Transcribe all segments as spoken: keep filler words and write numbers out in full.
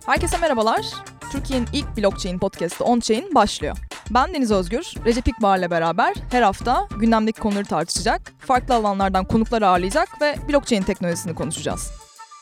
Herkese merhabalar. Türkiye'nin ilk blockchain podcast'ı OnChain başlıyor. Ben Deniz Özgür, Recep İkbar'la beraber her hafta gündemdeki konuları tartışacak, farklı alanlardan konuklar ağırlayacak ve blockchain teknolojisini konuşacağız.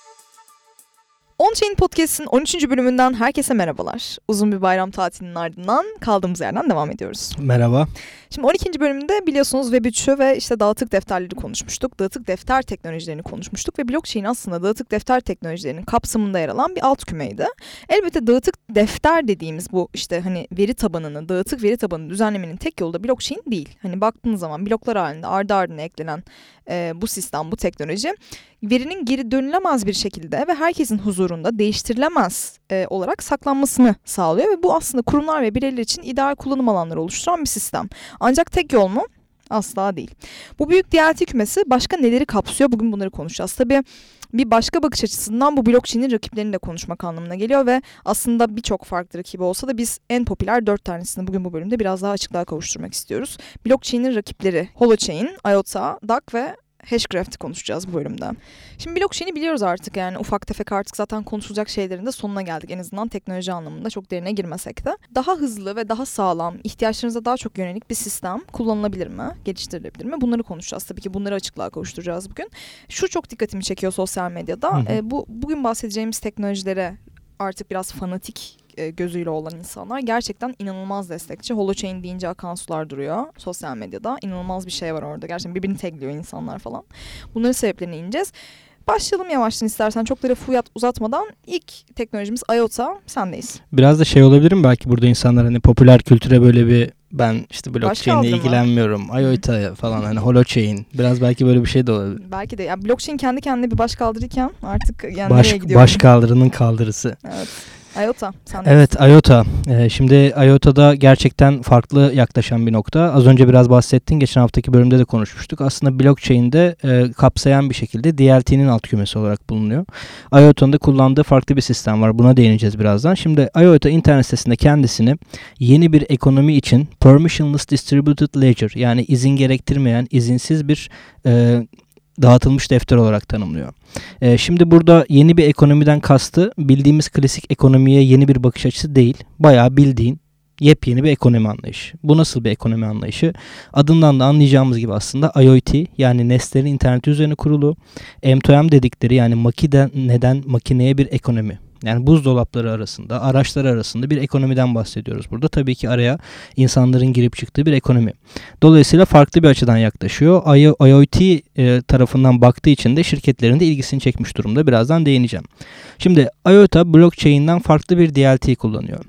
OnChain Podcast'ın on üçüncü bölümünden herkese merhabalar. Uzun bir bayram tatilinin ardından kaldığımız yerden devam ediyoruz. Merhaba. Şimdi on ikinci bölümde biliyorsunuz Web üçü ve işte dağıtık defterleri konuşmuştuk. Dağıtık defter teknolojilerini konuşmuştuk ve blockchain aslında dağıtık defter teknolojilerinin kapsamında yer alan bir alt kümeydi. Elbette dağıtık defter dediğimiz bu işte hani veri tabanını, dağıtık veri tabanını düzenlemenin tek yolu da blockchain değil. Hani baktığınız zaman bloklar halinde ardı ardına eklenen e, bu sistem, bu teknoloji verinin geri dönülemez bir şekilde ve herkesin huzurunda değiştirilemez e, olarak saklanmasını sağlıyor ve bu aslında kurumlar ve bireyler için ideal kullanım alanları oluşturan bir sistem. Ancak tek yol mu? Asla değil. Bu büyük D L T kümesi başka neleri kapsıyor? Bugün bunları konuşacağız. Tabii bir başka bakış açısından bu blockchain'in rakiplerini de konuşmak anlamına geliyor ve aslında birçok farklı rakibi olsa da biz en popüler dört tanesini bugün bu bölümde biraz daha açıklığa kavuşturmak istiyoruz. Blockchain'in rakipleri Holochain, IOTA, D A C ve Hashgraph'ı konuşacağız bu bölümde. Şimdi blockchain'i biliyoruz artık, yani ufak tefek artık zaten konuşulacak şeylerin de sonuna geldik. En azından teknoloji anlamında çok derine girmesek de. Daha hızlı ve daha sağlam, ihtiyaçlarınıza daha çok yönelik bir sistem kullanılabilir mi? Geliştirilebilir mi? Bunları konuşacağız. Tabii ki bunları açıklığa kavuşturacağız bugün. Şu çok dikkatimi çekiyor sosyal medyada. Hı hı. E, bu bugün bahsedeceğimiz teknolojilere artık biraz fanatik gözüyle olan insanlar gerçekten inanılmaz destekçi. Holochain deyince akan sular duruyor sosyal medyada. İnanılmaz bir şey var orada. Gerçekten birbirini tagliyor insanlar falan. Bunların sebeplerine ineceğiz. Başlayalım yavaştan istersen. Çok da lafı uzatmadan ilk teknolojimiz IOTA. Sendeyiz. Biraz da şey olabilir mi belki burada insanlar hani popüler kültüre böyle bir ben işte blockchain'le ilgilenmiyorum. Mı? IOTA falan hani Holochain. Biraz belki böyle bir şey de olabilir. Belki de. Yani blockchain kendi kendine bir baş kaldırırken artık yani baş, nereye gidiyor? Baş kaldırının kaldırısı. Evet. IOTA. Evet, IOTA. Ee, şimdi IOTA'da gerçekten farklı yaklaşan bir nokta. Az önce biraz bahsettin. Geçen haftaki bölümde de konuşmuştuk. Aslında blockchain'de e, kapsayan bir şekilde D L T'nin alt kümesi olarak bulunuyor. IOTA'nın da kullandığı farklı bir sistem var. Buna değineceğiz birazdan. Şimdi IOTA internet sitesinde kendisini yeni bir ekonomi için Permissionless Distributed Ledger, yani izin gerektirmeyen, izinsiz bir e, dağıtılmış defter olarak tanımlıyor. Ee, şimdi burada yeni bir ekonomiden kastı bildiğimiz klasik ekonomiye yeni bir bakış açısı değil. Bayağı bildiğin yepyeni bir ekonomi anlayışı. Bu nasıl bir ekonomi anlayışı? Adından da anlayacağımız gibi aslında IoT, yani nesnelerin interneti üzerine kurulu, M iki M dedikleri yani makine neden makineye bir ekonomi. Yani buzdolapları arasında, araçlar arasında bir ekonomiden bahsediyoruz burada. Tabii ki araya insanların girip çıktığı bir ekonomi. Dolayısıyla farklı bir açıdan yaklaşıyor. IoT e, tarafından baktığı için de şirketlerin de ilgisini çekmiş durumda. Birazdan değineceğim. Şimdi IOTA blockchain'den farklı bir D L T kullanıyor.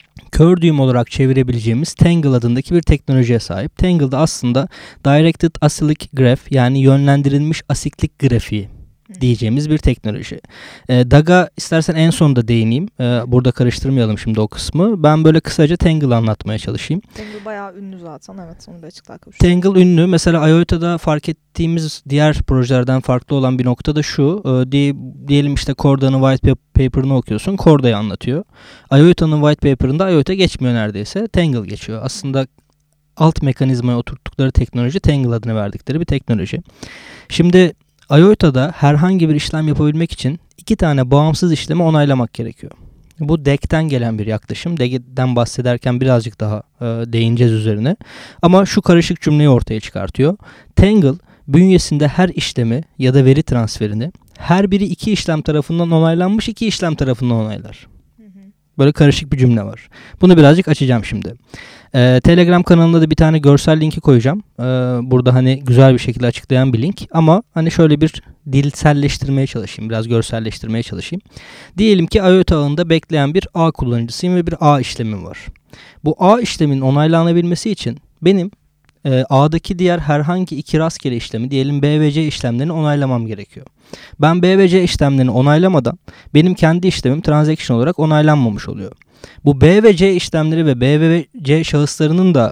Kör düğüm olarak çevirebileceğimiz Tangle adındaki bir teknolojiye sahip. Tangle da aslında Directed Acyclic Graph, yani yönlendirilmiş asiklik grafiği diyeceğimiz bir teknoloji. E, D A G'a istersen en sonunda değineyim. E, burada karıştırmayalım şimdi o kısmı. Ben böyle kısaca Tangle'ı anlatmaya çalışayım. Tangle bayağı ünlü zaten. Evet, onu bir açıklığa kavuşturalım. Tangle ünlü. Mesela IOTA'da fark ettiğimiz diğer projelerden farklı olan bir nokta da şu. E, diye, diyelim işte Corda'nın white paper'ını okuyorsun. Corda'yı anlatıyor. IOTA'nın white paper'ında IOTA geçmiyor neredeyse. Tangle geçiyor. Aslında alt mekanizmaya oturttukları teknoloji Tangle adını verdikleri bir teknoloji. Şimdi IOTA'da herhangi bir işlem yapabilmek için iki tane bağımsız işlemi onaylamak gerekiyor. Bu D E C'ten gelen bir yaklaşım. D E C'den bahsederken birazcık daha e, değineceğiz üzerine. Ama şu karışık cümleyi ortaya çıkartıyor. Tangle bünyesinde her işlemi ya da veri transferini her biri iki işlem tarafından onaylanmış iki işlem tarafından onaylar. Böyle karışık bir cümle var. Bunu birazcık açacağım şimdi. Ee, Telegram kanalında da bir tane görsel linki koyacağım. Ee, burada hani güzel bir şekilde açıklayan bir link. Ama hani şöyle bir dilselleştirmeye çalışayım. Biraz görselleştirmeye çalışayım. Diyelim ki IOTA ağında bekleyen bir ağ kullanıcısıyım ve bir ağ işlemim var. Bu ağ işlemin onaylanabilmesi için benim e, ağdaki diğer herhangi iki rastgele işlemi, diyelim B ve C işlemlerini onaylamam gerekiyor. Ben B ve C işlemlerini onaylamadan benim kendi işlemim transaction olarak onaylanmamış oluyor. Bu B ve C işlemleri ve B ve C şahıslarının da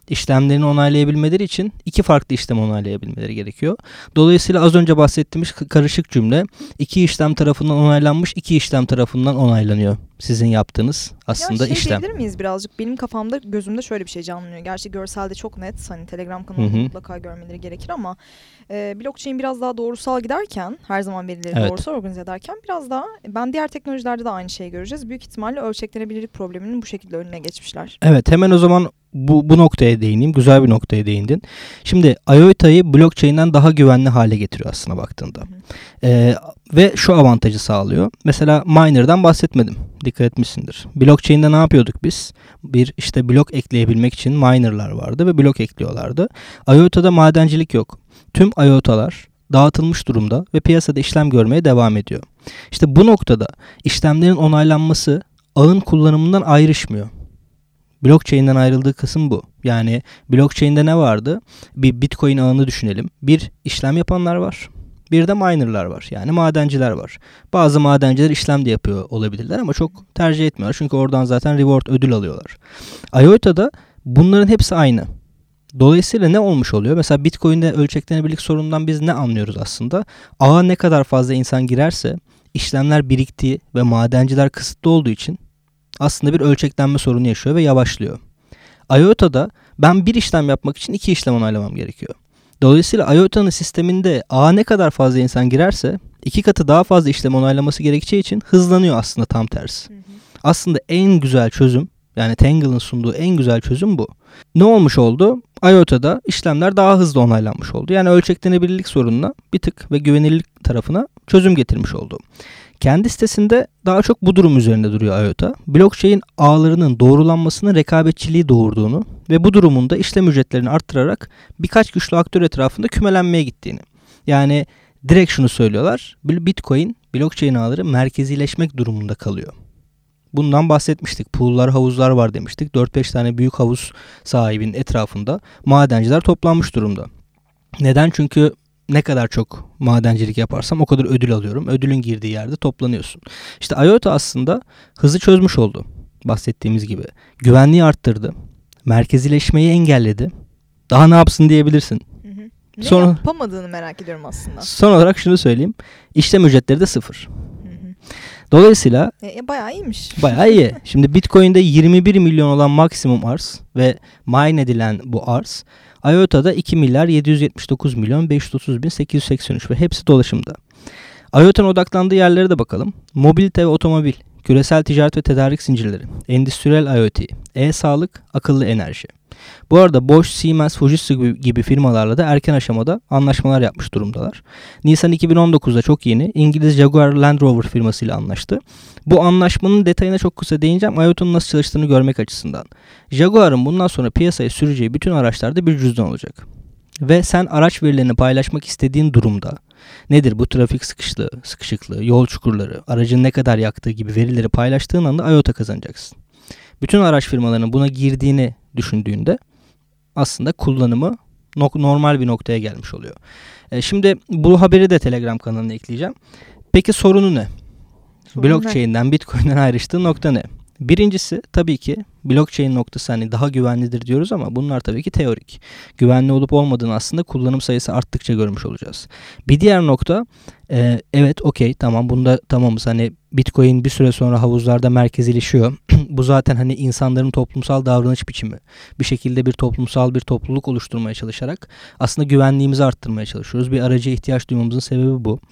işlemlerini onaylayabilmeleri için iki farklı işlem onaylayabilmeleri gerekiyor. Dolayısıyla az önce bahsettiğimiz karışık cümle iki işlem tarafından onaylanmış, iki işlem tarafından onaylanıyor sizin yaptığınız aslında ya şey işlem. diyebilir miyiz birazcık? Benim kafamda, gözümde şöyle bir şey canlanıyor. Gerçi görselde çok net. Hani Telegram kanalında mutlaka görmeleri gerekir ama e, blockchain biraz daha doğrusal giderken, her zaman verileri evet. doğrusal organize ederken biraz daha, ben diğer teknolojilerde de aynı şeyi göreceğiz. Büyük ihtimalle ölçeklenebilirlik probleminin bu şekilde önüne geçmişler. Evet, hemen o zaman bu, bu noktaya değineyim. Güzel bir noktaya değindin. Şimdi IOTA'yı blockchain'den daha güvenli hale getiriyor aslına baktığında. Ee, ve şu avantajı sağlıyor. Mesela miner'dan bahsetmedim. Dikkat etmişsindir. Blockchain'de ne yapıyorduk biz? Bir işte blok ekleyebilmek için miner'lar vardı ve blok ekliyorlardı. IOTA'da madencilik yok. Tüm IOTA'lar dağıtılmış durumda ve piyasada işlem görmeye devam ediyor. İşte bu noktada işlemlerin onaylanması ağın kullanımından ayrışmıyor. Blockchain'den ayrıldığı kısım bu. Yani blockchain'de ne vardı? Bir Bitcoin ağını düşünelim. Bir işlem yapanlar var. Bir de miner'lar var. Yani madenciler var. Bazı madenciler işlem de yapıyor olabilirler ama çok tercih etmiyorlar. Çünkü oradan zaten reward, ödül alıyorlar. IOTA'da bunların hepsi aynı. Dolayısıyla ne olmuş oluyor? Mesela Bitcoin'de ölçeklenebilirlik sorunundan biz ne anlıyoruz aslında? Ağa ne kadar fazla insan girerse işlemler biriktiği ve madenciler kısıtlı olduğu için aslında bir ölçeklenme sorunu yaşıyor ve yavaşlıyor. IOTA'da ben bir işlem yapmak için iki işlem onaylamam gerekiyor. Dolayısıyla IOTA'nın sisteminde ağa ne kadar fazla insan girerse iki katı daha fazla işlem onaylaması gerekeceği için hızlanıyor aslında, tam tersi. Hı hı. Aslında en güzel çözüm, yani Tangle'ın sunduğu en güzel çözüm bu. Ne olmuş oldu? IOTA'da işlemler daha hızlı onaylanmış oldu. Yani ölçeklenebilirlik sorununa bir tık ve güvenilirlik tarafına çözüm getirmiş oldu. Kendi sitesinde daha çok bu durum üzerinde duruyor IOTA. Blockchain ağlarının doğrulanmasının rekabetçiliği doğurduğunu ve bu durumun da işlem ücretlerini arttırarak birkaç güçlü aktör etrafında kümelenmeye gittiğini. Yani direkt şunu söylüyorlar. Bitcoin, blockchain ağları merkezileşmek durumunda kalıyor. Bundan bahsetmiştik. Pool'lar, havuzlar var demiştik. dört beş tane büyük havuz sahibinin etrafında madenciler toplanmış durumda. Neden? Çünkü ne kadar çok madencilik yaparsam o kadar ödül alıyorum. Ödülün girdiği yerde toplanıyorsun. İşte IOTA aslında hızı çözmüş oldu. Bahsettiğimiz gibi. Güvenliği arttırdı. Merkezileşmeyi engelledi. Daha ne yapsın diyebilirsin. Hı hı. Ne Son, yapamadığını merak ediyorum aslında. Son olarak şunu söyleyeyim. İşlem ücretleri de sıfır. Hı hı. Dolayısıyla e, bayağı iyiymiş. Bayağı iyi. Şimdi Bitcoin'de yirmi bir milyon olan maksimum arz ve mine edilen bu arz, IOTA'da iki milyar yedi yüz yetmiş dokuz milyon beş yüz otuz bin sekiz yüz seksen üç ve hepsi dolaşımda. IOTA'nın odaklandığı yerlere de bakalım. Mobilite ve otomobil, küresel ticaret ve tedarik zincirleri, endüstriyel IoT, e-sağlık, akıllı enerji. Bu arada Bosch, Siemens, Fujitsu gibi firmalarla da erken aşamada anlaşmalar yapmış durumdalar. Nisan iki bin on dokuzda çok yeni İngiliz Jaguar Land Rover firmasıyla anlaştı. Bu anlaşmanın detayına çok kısa değineceğim, IOTA'nın nasıl çalıştığını görmek açısından. Jaguar'ın bundan sonra piyasaya süreceği bütün araçlarda bir cüzdan olacak. Ve sen araç verilerini paylaşmak istediğin durumda, nedir bu trafik sıkışıklığı, sıkışıklığı, yol çukurları, aracın ne kadar yaktığı gibi verileri paylaştığın anda IOTA kazanacaksın. Bütün araç firmalarının buna girdiğini düşündüğünde aslında kullanımı normal bir noktaya gelmiş oluyor. E şimdi bu haberi de Telegram kanalına ekleyeceğim. Peki sorunu ne? Sorun Blockchain'den, ne? Bitcoin'den ayrıştığı nokta ne? Birincisi tabii ki blockchain noktası, hani daha güvenlidir diyoruz ama bunlar tabii ki teorik. Güvenli olup olmadığını aslında kullanım sayısı arttıkça görmüş olacağız. Bir diğer nokta e, evet okey tamam bunda tamamız, hani Bitcoin bir süre sonra havuzlarda merkezileşiyor. Bu zaten hani insanların toplumsal davranış biçimi. Bir şekilde bir toplumsal bir topluluk oluşturmaya çalışarak aslında güvenliğimizi arttırmaya çalışıyoruz. Bir araca ihtiyaç duymamızın sebebi bu.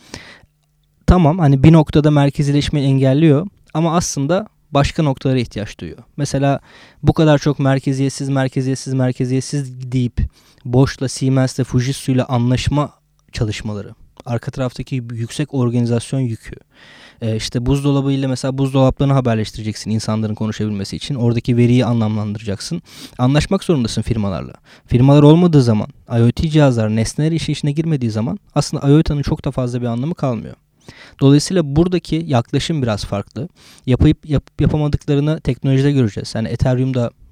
Tamam, hani bir noktada merkezileşmeyi engelliyor ama aslında başka noktalara ihtiyaç duyuyor. Mesela bu kadar çok merkeziyetsiz, merkeziyetsiz, merkeziyetsiz deyip Bosch'la, Siemens'le, Fujitsu'yla anlaşma çalışmaları, arka taraftaki yüksek organizasyon yükü, ee, işte buzdolabıyla mesela buzdolaplarını haberleştireceksin insanların konuşabilmesi için. Oradaki veriyi anlamlandıracaksın. Anlaşmak zorundasın firmalarla. Firmalar olmadığı zaman, IoT cihazlar, nesneler işi içine girmediği zaman aslında IOTA'nın çok da fazla bir anlamı kalmıyor. Dolayısıyla buradaki yaklaşım biraz farklı. Yapıp yap, yapamadıklarını teknolojide göreceğiz. Yani Ethereum'da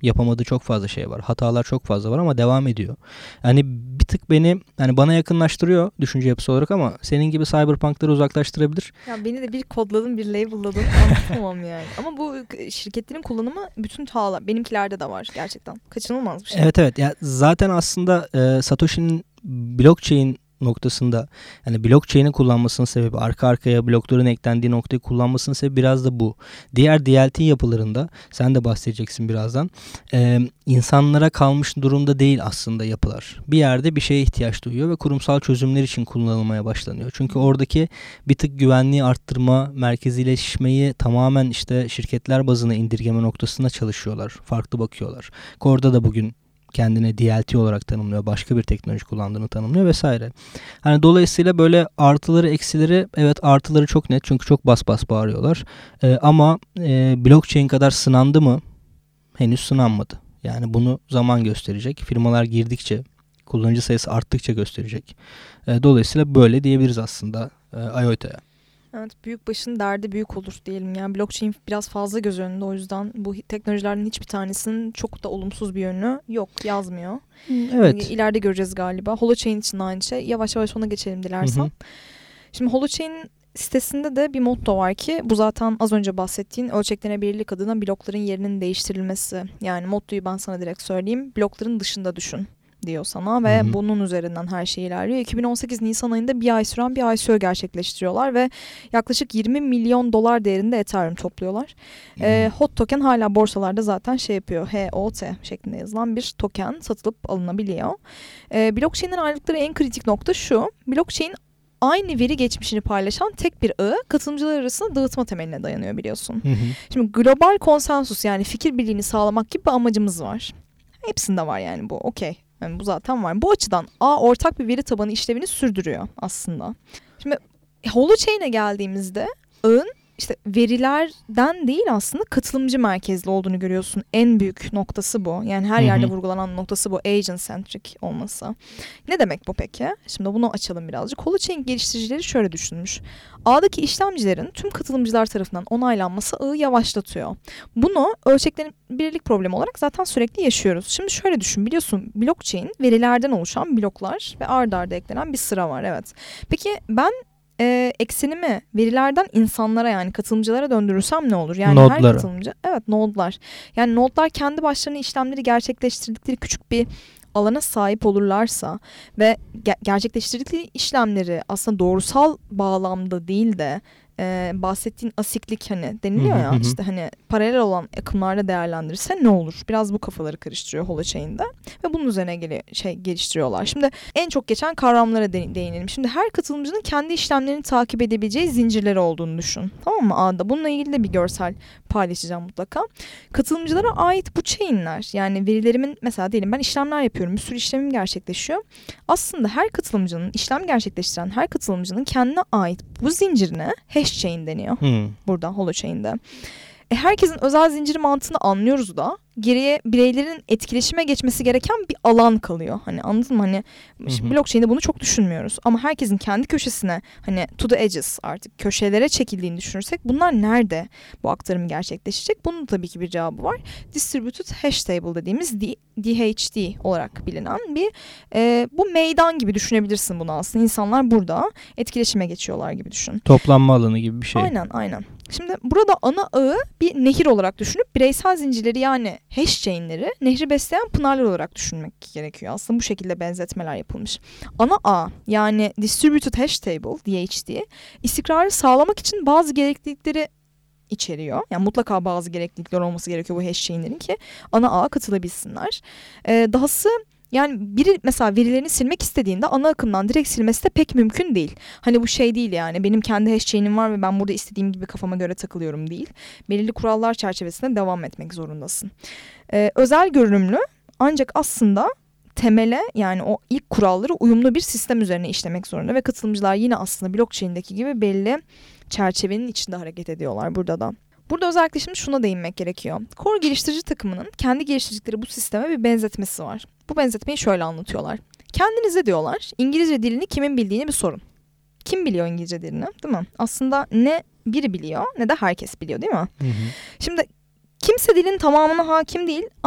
Yapamadığı çok fazla şey var. Hatalar çok fazla var ama devam ediyor. Yani bir tık beni yani bana yakınlaştırıyor düşünce yapısı olarak ama senin gibi cyberpunk'ları uzaklaştırabilir. Ya beni de bir kodladın, bir label'ladın. Anlatamam yani. Ama bu şirketlerin kullanımı bütün çağlar. Benimkilerde de var gerçekten. Kaçınılmaz bir şey. Evet evet. Ya zaten aslında e, Satoshi'nin blockchain noktasında yani blockchain'i kullanmasının sebebi arka arkaya blokların eklendiği noktayı kullanmasının sebebi biraz da bu. Diğer D L T yapılarında sen de bahsedeceksin birazdan. Ee, insanlara kalmış durumda değil aslında yapılar. Bir yerde bir şeye ihtiyaç duyuyor ve kurumsal çözümler için kullanılmaya başlanıyor. Çünkü oradaki bir tık güvenliği arttırma, merkezileşmeyi tamamen işte şirketler bazına indirgeme noktasında çalışıyorlar. Farklı bakıyorlar. Orada da bugün kendine D L T olarak tanımlıyor. Başka bir teknoloji kullandığını tanımlıyor vesaire. Hani dolayısıyla böyle artıları eksileri evet artıları çok net çünkü çok bas bas bağırıyorlar. Ee, ama e, blockchain kadar sınandı mı? Henüz sınanmadı. Yani bunu zaman gösterecek. Firmalar girdikçe, kullanıcı sayısı arttıkça gösterecek. E, dolayısıyla böyle diyebiliriz aslında e, I O T'ya. Evet, büyük başın derdi büyük olur diyelim. Yani blockchain biraz fazla göz önünde, o yüzden bu teknolojilerden hiçbir tanesinin çok da olumsuz bir yönü yok, yazmıyor. Evet. İleride göreceğiz galiba. Holochain için aynı şey. Yavaş yavaş ona geçelim dilersen. Hı hı. Şimdi Holochain sitesinde de bir motto var ki bu zaten az önce bahsettiğin ölçeklenebilirlik adına blokların yerinin değiştirilmesi. Yani mottoyu ben sana direkt söyleyeyim. Blokların dışında düşün diyor sana ve hı hı. bunun üzerinden her şey ilerliyor. iki bin on sekiz Nisan ayında bir ay süren bir I C O gerçekleştiriyorlar ve yaklaşık yirmi milyon dolar değerinde Ethereum topluyorlar. Ee, hot token hala borsalarda zaten şey yapıyor. H O T şeklinde yazılan bir token satılıp alınabiliyor. Ee, blockchain'in ayrılıkları en kritik nokta şu. Blockchain aynı veri geçmişini paylaşan tek bir ağı katılımcılar arasında dağıtma temeline dayanıyor biliyorsun. Hı hı. Şimdi global konsensus yani fikir birliğini sağlamak gibi bir amacımız var. Hepsinde var yani bu. Okey. Yani bu zaten var. Bu açıdan ağ ortak bir veri tabanı işlevini sürdürüyor aslında. Şimdi Holochain'e geldiğimizde ağın işte verilerden değil aslında katılımcı merkezli olduğunu görüyorsun. En büyük noktası bu. Yani her yerde hı hı. vurgulanan noktası bu. Agent-centric olması. Ne demek bu peki? Şimdi bunu açalım birazcık. Holochain geliştiricileri şöyle düşünmüş. Ağdaki işlemcilerin tüm katılımcılar tarafından onaylanması ağı yavaşlatıyor. Bunu ölçeklenebilirlik problemi olarak zaten sürekli yaşıyoruz. Şimdi şöyle düşün. Biliyorsun blockchain verilerden oluşan bloklar ve ard arda eklenen bir sıra var. Evet. Peki ben e, eksenimi verilerden insanlara yani katılımcılara döndürürsem ne olur? Yani nodlara. Her katılımcı evet nodlar. Yani nodlar kendi başlarına işlemleri gerçekleştirdikleri küçük bir alana sahip olurlarsa ve ge- gerçekleştirdikleri işlemleri aslında doğrusal bağlamda değil de e, bahsettiğin asiklik hani deniliyor ya işte hani paralel olan akımlarla değerlendirirse ne olur? Biraz bu kafaları karıştırıyor Holochain'de ve bunun üzerine gel- şey geliştiriyorlar. Şimdi en çok geçen kavramlara de- değinelim. Şimdi her katılımcının kendi işlemlerini takip edebileceği zincirleri olduğunu düşün. Tamam mı ağda? Bununla ilgili de bir görsel paylaşacağım mutlaka. Katılımcılara ait bu chain'ler yani verilerimin mesela diyelim ben işlemler yapıyorum. Bir sürü işlemim gerçekleşiyor. Aslında her katılımcının işlem gerçekleştiren her katılımcının kendine ait bu zincirine hash chain deniyor. Hmm. Burada Holochain'de. E, herkesin özel zinciri mantığını anlıyoruz da geriye bireylerin etkileşime geçmesi gereken bir alan kalıyor. Hani anladın mı? Hani hı hı. blockchain'de bunu çok düşünmüyoruz. Ama herkesin kendi köşesine hani to the edges artık köşelere çekildiğini düşünürsek bunlar nerede bu aktarım gerçekleşecek? Bunun tabii ki bir cevabı var. Distributed Hash Table dediğimiz D H T olarak bilinen bir e, bu meydan gibi düşünebilirsin bunu aslında. İnsanlar burada etkileşime geçiyorlar gibi düşün. Toplanma alanı gibi bir şey. Aynen aynen. Şimdi burada ana ağı bir nehir olarak düşünüp bireysel zincirleri yani hash chain'leri nehri besleyen pınarlar olarak düşünmek gerekiyor. Aslında bu şekilde benzetmeler yapılmış. Ana ağ yani Distributed Hash Table D H T istikrarı sağlamak için bazı gereklilikleri içeriyor. Yani mutlaka bazı gereklilikler olması gerekiyor bu hash chain'lerin ki ana ağa katılabilsinler. Ee, dahası yani biri mesela verilerini silmek istediğinde ana akımdan direkt silmesi de pek mümkün değil. Hani bu şey değil yani benim kendi hash chain'im var ve ben burada istediğim gibi kafama göre takılıyorum değil. Belirli kurallar çerçevesinde devam etmek zorundasın. Ee, özel görünümlü ancak aslında temele yani o ilk kuralları uyumlu bir sistem üzerine işlemek zorunda ve katılımcılar yine aslında blockchain'deki gibi belli çerçevenin içinde hareket ediyorlar burada da. Burada özellikle şimdi şuna değinmek gerekiyor. Core geliştirici takımının kendi geliştirdikleri bu sisteme bir benzetmesi var. Bu benzetmeyi şöyle anlatıyorlar. Kendinize diyorlar İngilizce dilini kimin bildiğini bir sorun. Kim biliyor İngilizce dilini değil mi? Aslında ne biri biliyor ne de herkes biliyor değil mi? Hı hı. Şimdi kimse dilin tamamına hakim değil ama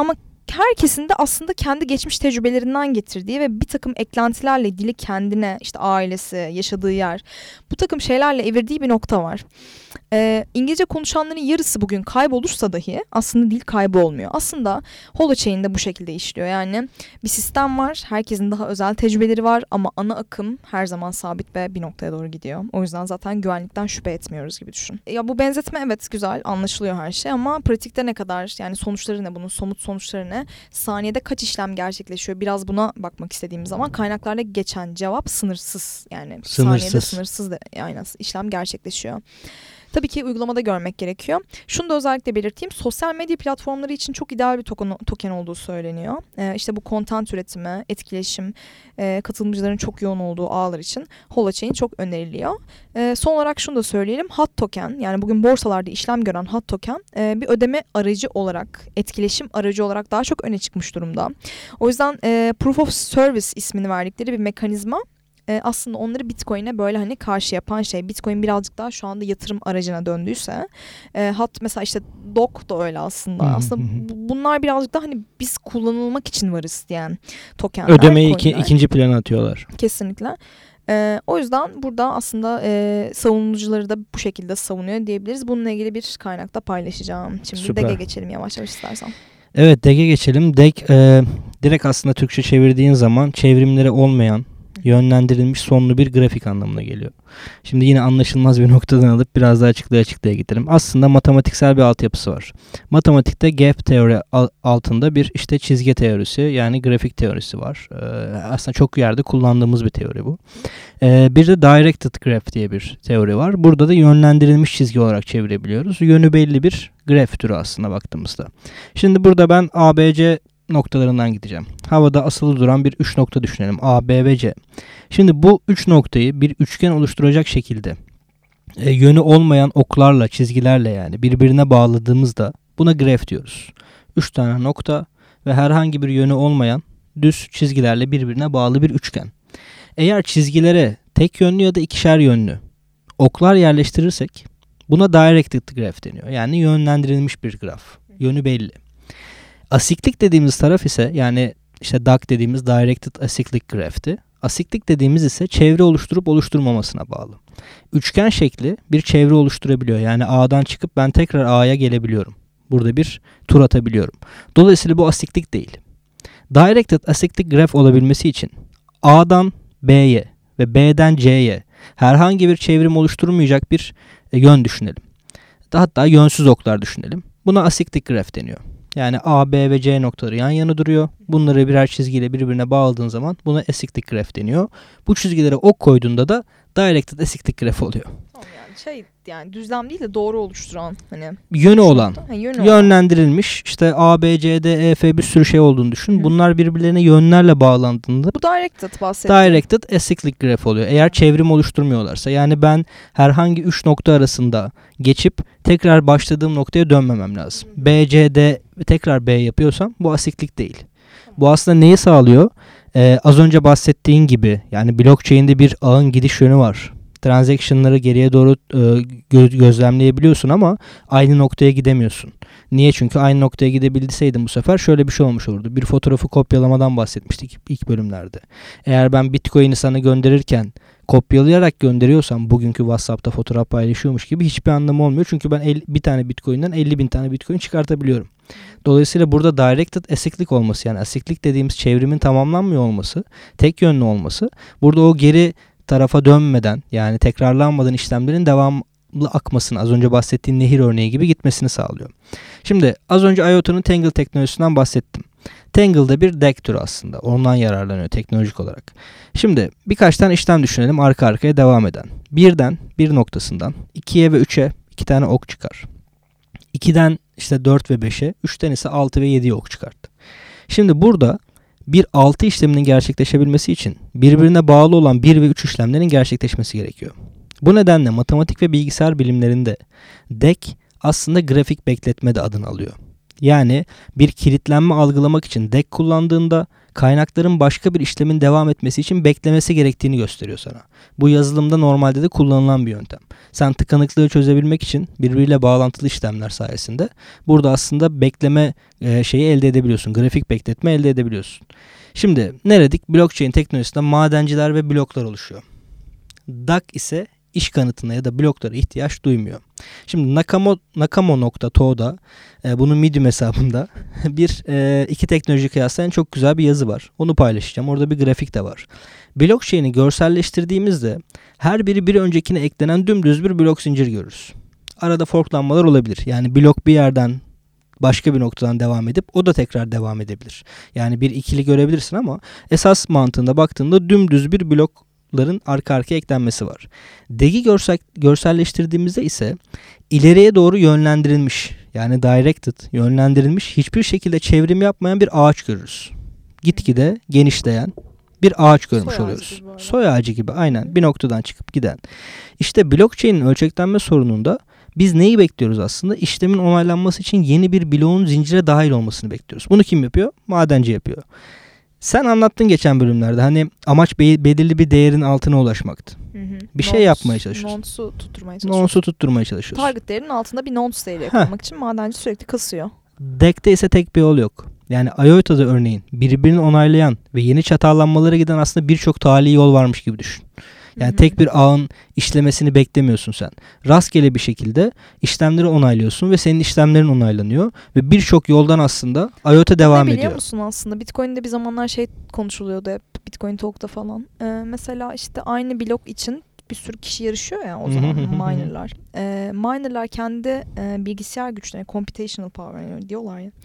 herkesin de aslında kendi geçmiş tecrübelerinden getirdiği ve bir takım eklentilerle dili kendine, işte ailesi, yaşadığı yer, bu takım şeylerle evirdiği bir nokta var. Ee, İngilizce konuşanların yarısı bugün kaybolursa dahi aslında dil kaybı olmuyor. Aslında Holochain de bu şekilde işliyor. Yani bir sistem var, herkesin daha özel tecrübeleri var ama ana akım her zaman sabit ve bir noktaya doğru gidiyor. O yüzden zaten güvenlikten şüphe etmiyoruz gibi düşün. Ya bu benzetme evet güzel, anlaşılıyor her şey ama pratikte ne kadar, yani sonuçları ne, bunun somut sonuçları ne? Saniyede kaç işlem gerçekleşiyor? Biraz buna bakmak istediğimiz zaman kaynaklarda geçen cevap sınırsız. Yani Sınırsız. saniyede sınırsız da yani işlem gerçekleşiyor. Tabii ki uygulamada görmek gerekiyor. Şunu da özellikle belirteyim. Sosyal medya platformları için çok ideal bir token, token olduğu söyleniyor. Ee, işte bu content üretimi, etkileşim, e, katılımcıların çok yoğun olduğu ağlar için Holochain çok öneriliyor. E, son olarak şunu da söyleyelim. Hot token, yani bugün borsalarda işlem gören hot token e, bir ödeme aracı olarak, etkileşim aracı olarak daha çok öne çıkmış durumda. O yüzden e, Proof of Service ismini verdikleri bir mekanizma Ee, aslında onları Bitcoin'e böyle hani karşı yapan şey. Bitcoin birazcık daha şu anda yatırım aracına döndüyse. E, hat mesela işte D O G da öyle aslında. Aslında bu, bunlar birazcık daha hani biz kullanılmak için varız diyen tokenler. Ödemeyi iki, ikinci plana atıyorlar. Kesinlikle. Ee, o yüzden burada aslında e, savunucuları da bu şekilde savunuyor diyebiliriz. Bununla ilgili bir kaynakta paylaşacağım. Şimdi Süper. D E G'e geçelim yavaş yavaş istersen. Evet, D E G'e geçelim. D E G e, direkt aslında Türkçe çevirdiğin zaman çevrimleri olmayan, yönlendirilmiş sonlu bir grafik anlamına geliyor. Şimdi yine anlaşılmaz bir noktadan alıp biraz daha açıklaya açıklaya gidelim. Aslında matematiksel bir altyapısı var. Matematikte graph teori altında bir işte çizgi teorisi, yani grafik teorisi var. Ee, aslında çok yerde kullandığımız bir teori bu. Ee, bir de directed graph diye bir teori var. Burada da yönlendirilmiş çizgi olarak çevirebiliyoruz. Yönü belli bir graph türü aslında baktığımızda. Şimdi burada ben A B C noktalarından gideceğim. Havada asılı duran bir üç nokta düşünelim. A, B ve C. Şimdi bu üç noktayı bir üçgen oluşturacak şekilde e, yönü olmayan oklarla, çizgilerle yani birbirine bağladığımızda buna graf diyoruz. üç tane nokta ve herhangi bir yönü olmayan düz çizgilerle birbirine bağlı bir üçgen. Eğer çizgilere tek yönlü ya da ikişer yönlü oklar yerleştirirsek buna directed graph deniyor. Yani yönlendirilmiş bir graf. Yönü belli. Asiklik dediğimiz taraf ise, yani işte D A G dediğimiz Directed Acyclic Graph'ti. Asiklik dediğimiz ise çevre oluşturup oluşturmamasına bağlı. Üçgen şekli bir çevre oluşturabiliyor. Yani A'dan çıkıp ben tekrar A'ya gelebiliyorum. Burada bir tur atabiliyorum. Dolayısıyla bu asiklik değil. Directed Acyclic Graph olabilmesi için A'dan B'ye ve B'den C'ye herhangi bir çevrim oluşturmayacak bir yön düşünelim. Hatta yönsüz oklar düşünelim. Buna asiklik graph deniyor. Yani A, B ve C noktaları yan yana duruyor. Bunları birer çizgiyle birbirine bağladığın zaman buna acyclic graph deniyor. Bu çizgilere ok koyduğunda da directed acyclic graph oluyor. Tamam, yani şey, yani düzlem değil de doğru oluşturan hani yönü olan, ha, yönü yönlendirilmiş olan. İşte A, B, C, D, E, F bir sürü şey olduğunu düşün. Hı. Bunlar birbirlerine yönlerle bağlandığında bu directed bahsettiğim. Directed acyclic graph oluyor. Eğer çevrim oluşturmuyorlarsa, yani ben herhangi üç nokta arasında geçip tekrar başladığım noktaya dönmemem lazım. Hı. B, C, D tekrar B yapıyorsam bu asiklik değil. Hı. Bu aslında neyi sağlıyor? Ee, az önce bahsettiğin gibi, yani blockchain'de bir ağın gidiş yönü var. Transaction'ları geriye doğru e, gö- gözlemleyebiliyorsun ama aynı noktaya gidemiyorsun. Niye? Çünkü aynı noktaya gidebilseydim bu sefer şöyle bir şey olmuş olurdu. Bir fotoğrafı kopyalamadan bahsetmiştik ilk bölümlerde. Eğer ben Bitcoin'i sana gönderirken kopyalayarak gönderiyorsam, bugünkü WhatsApp'ta fotoğraf paylaşıyormuş gibi, hiçbir anlamı olmuyor. Çünkü ben el, bir tane Bitcoin'den elli bin tane Bitcoin çıkartabiliyorum. Dolayısıyla burada directed acyclic olması, yani acyclic dediğimiz çevrimin tamamlanmıyor olması, tek yönlü olması, burada o geri tarafa dönmeden, yani tekrarlanmadan işlemlerin devamlı akmasını, az önce bahsettiğim nehir örneği gibi gitmesini sağlıyor. Şimdi az önce I O T'nun Tangle teknolojisinden bahsettim. Tangle'da bir D E G türü aslında. Ondan yararlanıyor teknolojik olarak. Şimdi birkaç tane işlem düşünelim arka arkaya devam eden. Birden, bir noktasından ikiye ve üçe iki tane ok çıkar. ikiden işte dört ve beşe, üçten ise altı ve yediye ok çıkarttı. Şimdi burada bir altı işleminin gerçekleşebilmesi için birbirine bağlı olan bir ve üç işlemlerin gerçekleşmesi gerekiyor. Bu nedenle matematik ve bilgisayar bilimlerinde D E G aslında grafik bekletme de adını alıyor. Yani bir kilitlenme algılamak için D E G kullandığında kaynakların başka bir işlemin devam etmesi için beklemesi gerektiğini gösteriyor sana. Bu yazılımda normalde de kullanılan bir yöntem. Sen tıkanıklığı çözebilmek için birbiriyle bağlantılı işlemler sayesinde burada aslında bekleme e, şeyi elde edebiliyorsun. Grafik bekletme elde edebiliyorsun. Şimdi ne dedik? Blockchain teknolojisinde madenciler ve bloklar oluşuyor. D A G ise iş kanıtına ya da bloklara ihtiyaç duymuyor. Şimdi Nakamo, Nakamo nokta to'da e, bunun Medium hesabında bir e, iki teknoloji kıyaslayan çok güzel bir yazı var. Onu paylaşacağım. Orada bir grafik de var. Blockchain'i görselleştirdiğimizde her biri bir öncekine eklenen dümdüz bir blok zincir görürüz. Arada forklanmalar olabilir. Yani blok bir yerden başka bir noktadan devam edip o da tekrar devam edebilir. Yani bir ikili görebilirsin ama esas mantığında baktığında dümdüz bir blok ların arka arkaya eklenmesi var. D E G'i görsel, görselleştirdiğimizde ise ileriye doğru yönlendirilmiş, yani directed, yönlendirilmiş, hiçbir şekilde çevrim yapmayan bir ağaç görürüz. Gitgide genişleyen bir ağaç görmüş Soy oluyoruz. Ağacı Soy ağacı gibi aynen bir noktadan çıkıp giden. İşte blockchain'in ölçeklenme sorununda biz neyi bekliyoruz aslında? İşlemin onaylanması için yeni bir bloğun zincire dahil olmasını bekliyoruz. Bunu kim yapıyor? Madenci yapıyor. Sen anlattın geçen bölümlerde, hani amaç be- belirli bir değerin altına ulaşmaktı. Hı hı. Bir şey Nonce, yapmaya çalışıyorsun. Nonce'u tutturmaya çalışıyorsun. Nonce'u tutturmaya çalışıyorsun. Target değerinin altında bir nonce değeri yakalamak için madenci sürekli kasıyor. D E G'de ise tek bir yol yok. Yani I O T'da örneğin birbirini onaylayan ve yeni çatallanmalara giden aslında birçok tali yol varmış gibi düşün. Yani Hı hı. tek bir ağın işlemesini beklemiyorsun sen. Rastgele bir şekilde işlemleri onaylıyorsun ve senin işlemlerin onaylanıyor. Ve birçok yoldan aslında I O T devam ne biliyor ediyor. musun aslında? Bitcoin'de bir zamanlar şey konuşuluyordu hep. Bitcoin Talk'ta falan. Ee, mesela işte aynı blok için bir sürü kişi yarışıyor ya o zaman minerlar. Ee, minerlar kendi e, bilgisayar güçlerine computational power diyorlar ya.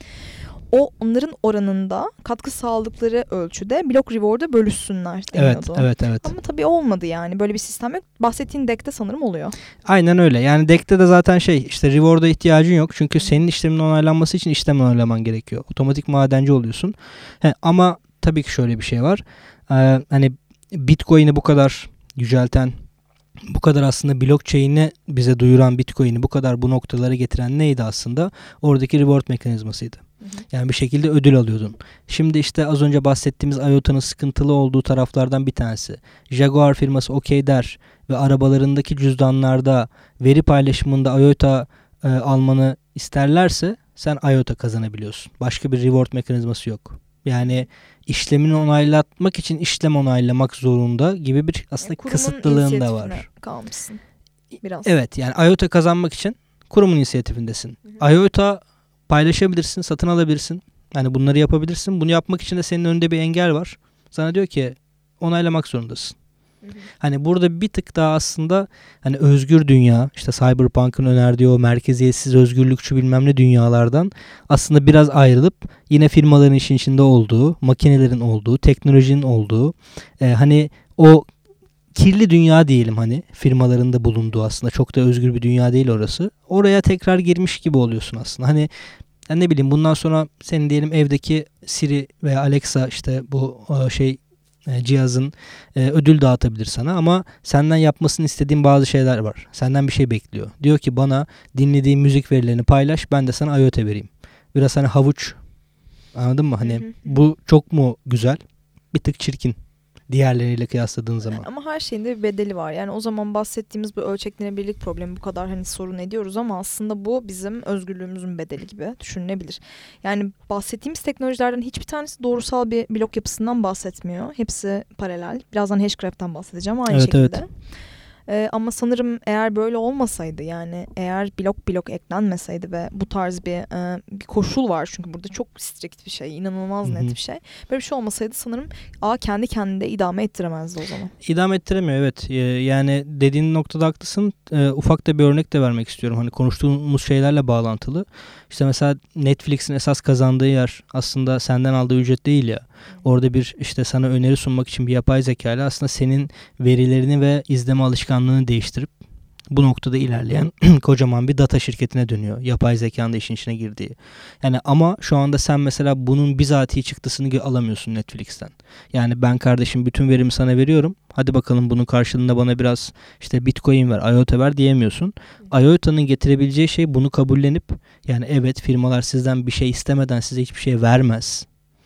O onların oranında katkı sağladıkları ölçüde blok reward'a bölüşsünler deniyordu. Evet, evet, evet. Ama tabii olmadı yani. Böyle bir sistem yok. Bahsettiğin D E G'de sanırım oluyor. Aynen öyle. Yani D E G'de de zaten şey işte reward'a ihtiyacın yok. Çünkü senin işlemin onaylanması için işlem onaylaman gerekiyor. Otomatik madenci oluyorsun. He, ama tabii ki şöyle bir şey var. Ee, hani Bitcoin'i bu kadar yücelten, bu kadar aslında blockchain'i bize duyuran, Bitcoin'i bu kadar bu noktalara getiren neydi aslında? Oradaki reward mekanizmasıydı. Hı hı. Yani bir şekilde ödül alıyordun. Şimdi işte az önce bahsettiğimiz I O T'nın sıkıntılı olduğu taraflardan bir tanesi. Jaguar firması okey der ve arabalarındaki cüzdanlarda veri paylaşımında I O T e, almanı isterlerse sen I O T kazanabiliyorsun. Başka bir reward mekanizması yok. Yani işlemini onaylatmak için işlem onaylamak zorunda gibi bir aslında yani kısıtlılığın da var. Kalmışsın biraz. Evet, yani I O T kazanmak için kurumun inisiyatifindesin. Hı hı. I O T paylaşabilirsin, satın alabilirsin. Yani bunları yapabilirsin. Bunu yapmak için de senin önünde bir engel var. Sana diyor ki onaylamak zorundasın. Hı hı. Hani burada bir tık daha aslında hani özgür dünya, işte Cyberpunk'ın önerdiği o merkeziyetsiz, özgürlükçü bilmem ne dünyalardan aslında biraz ayrılıp yine firmaların işin içinde olduğu, makinelerin olduğu, teknolojinin olduğu, e, hani o kirli dünya diyelim, hani firmaların da bulunduğu, aslında çok da özgür bir dünya değil orası. Oraya tekrar girmiş gibi oluyorsun aslında. Hani yani ne bileyim, bundan sonra senin diyelim evdeki Siri veya Alexa işte bu şey cihazın e, ödül dağıtabilir sana ama senden yapmasını istediğin bazı şeyler var. Senden bir şey bekliyor. Diyor ki bana dinlediğin müzik verilerini paylaş, ben de sana I O T vereyim. Biraz hani havuç, anladın mı? Hani hı hı. Bu çok mu güzel? Bir tık çirkin diğerleriyle kıyasladığın zaman. Ama her şeyin de bir bedeli var. Yani o zaman bahsettiğimiz bu ölçeklenebilirlik problemi bu kadar hani sorun ediyoruz ama aslında bu bizim özgürlüğümüzün bedeli gibi düşünülebilir. Yani bahsettiğimiz teknolojilerden hiçbir tanesi doğrusal bir blok yapısından bahsetmiyor. Hepsi paralel. Birazdan Hashgraph'tan bahsedeceğim aynı evet, şekilde. Evet. Ee, ama sanırım eğer böyle olmasaydı, yani eğer blok blok eklenmeseydi ve bu tarz bir, e, bir koşul var çünkü burada çok strict bir şey, inanılmaz Hı-hı. net bir şey. Böyle bir şey olmasaydı sanırım ağ kendi kendine idame ettiremezdi o zaman. İdame ettiremiyor, evet. Ee, yani dediğin noktada haklısın. Ee, ufak da bir örnek de vermek istiyorum. Hani konuştuğumuz şeylerle bağlantılı. İşte mesela Netflix'in esas kazandığı yer aslında senden aldığı ücret değil ya. Orada bir işte sana öneri sunmak için bir yapay zeka ile aslında senin verilerini ve izleme alışkanlığını değiştirip bu noktada ilerleyen kocaman bir data şirketine dönüyor. Yapay zekanın da işin içine girdiği. Yani ama şu anda sen mesela bunun bizatihi çıktısını alamıyorsun Netflix'ten. Yani ben kardeşim bütün verimi sana veriyorum. Hadi bakalım bunun karşılığında bana biraz işte Bitcoin ver, I O T ver diyemiyorsun. I O T'nın getirebileceği şey bunu kabullenip, yani evet firmalar sizden bir şey istemeden size hiçbir şey vermez.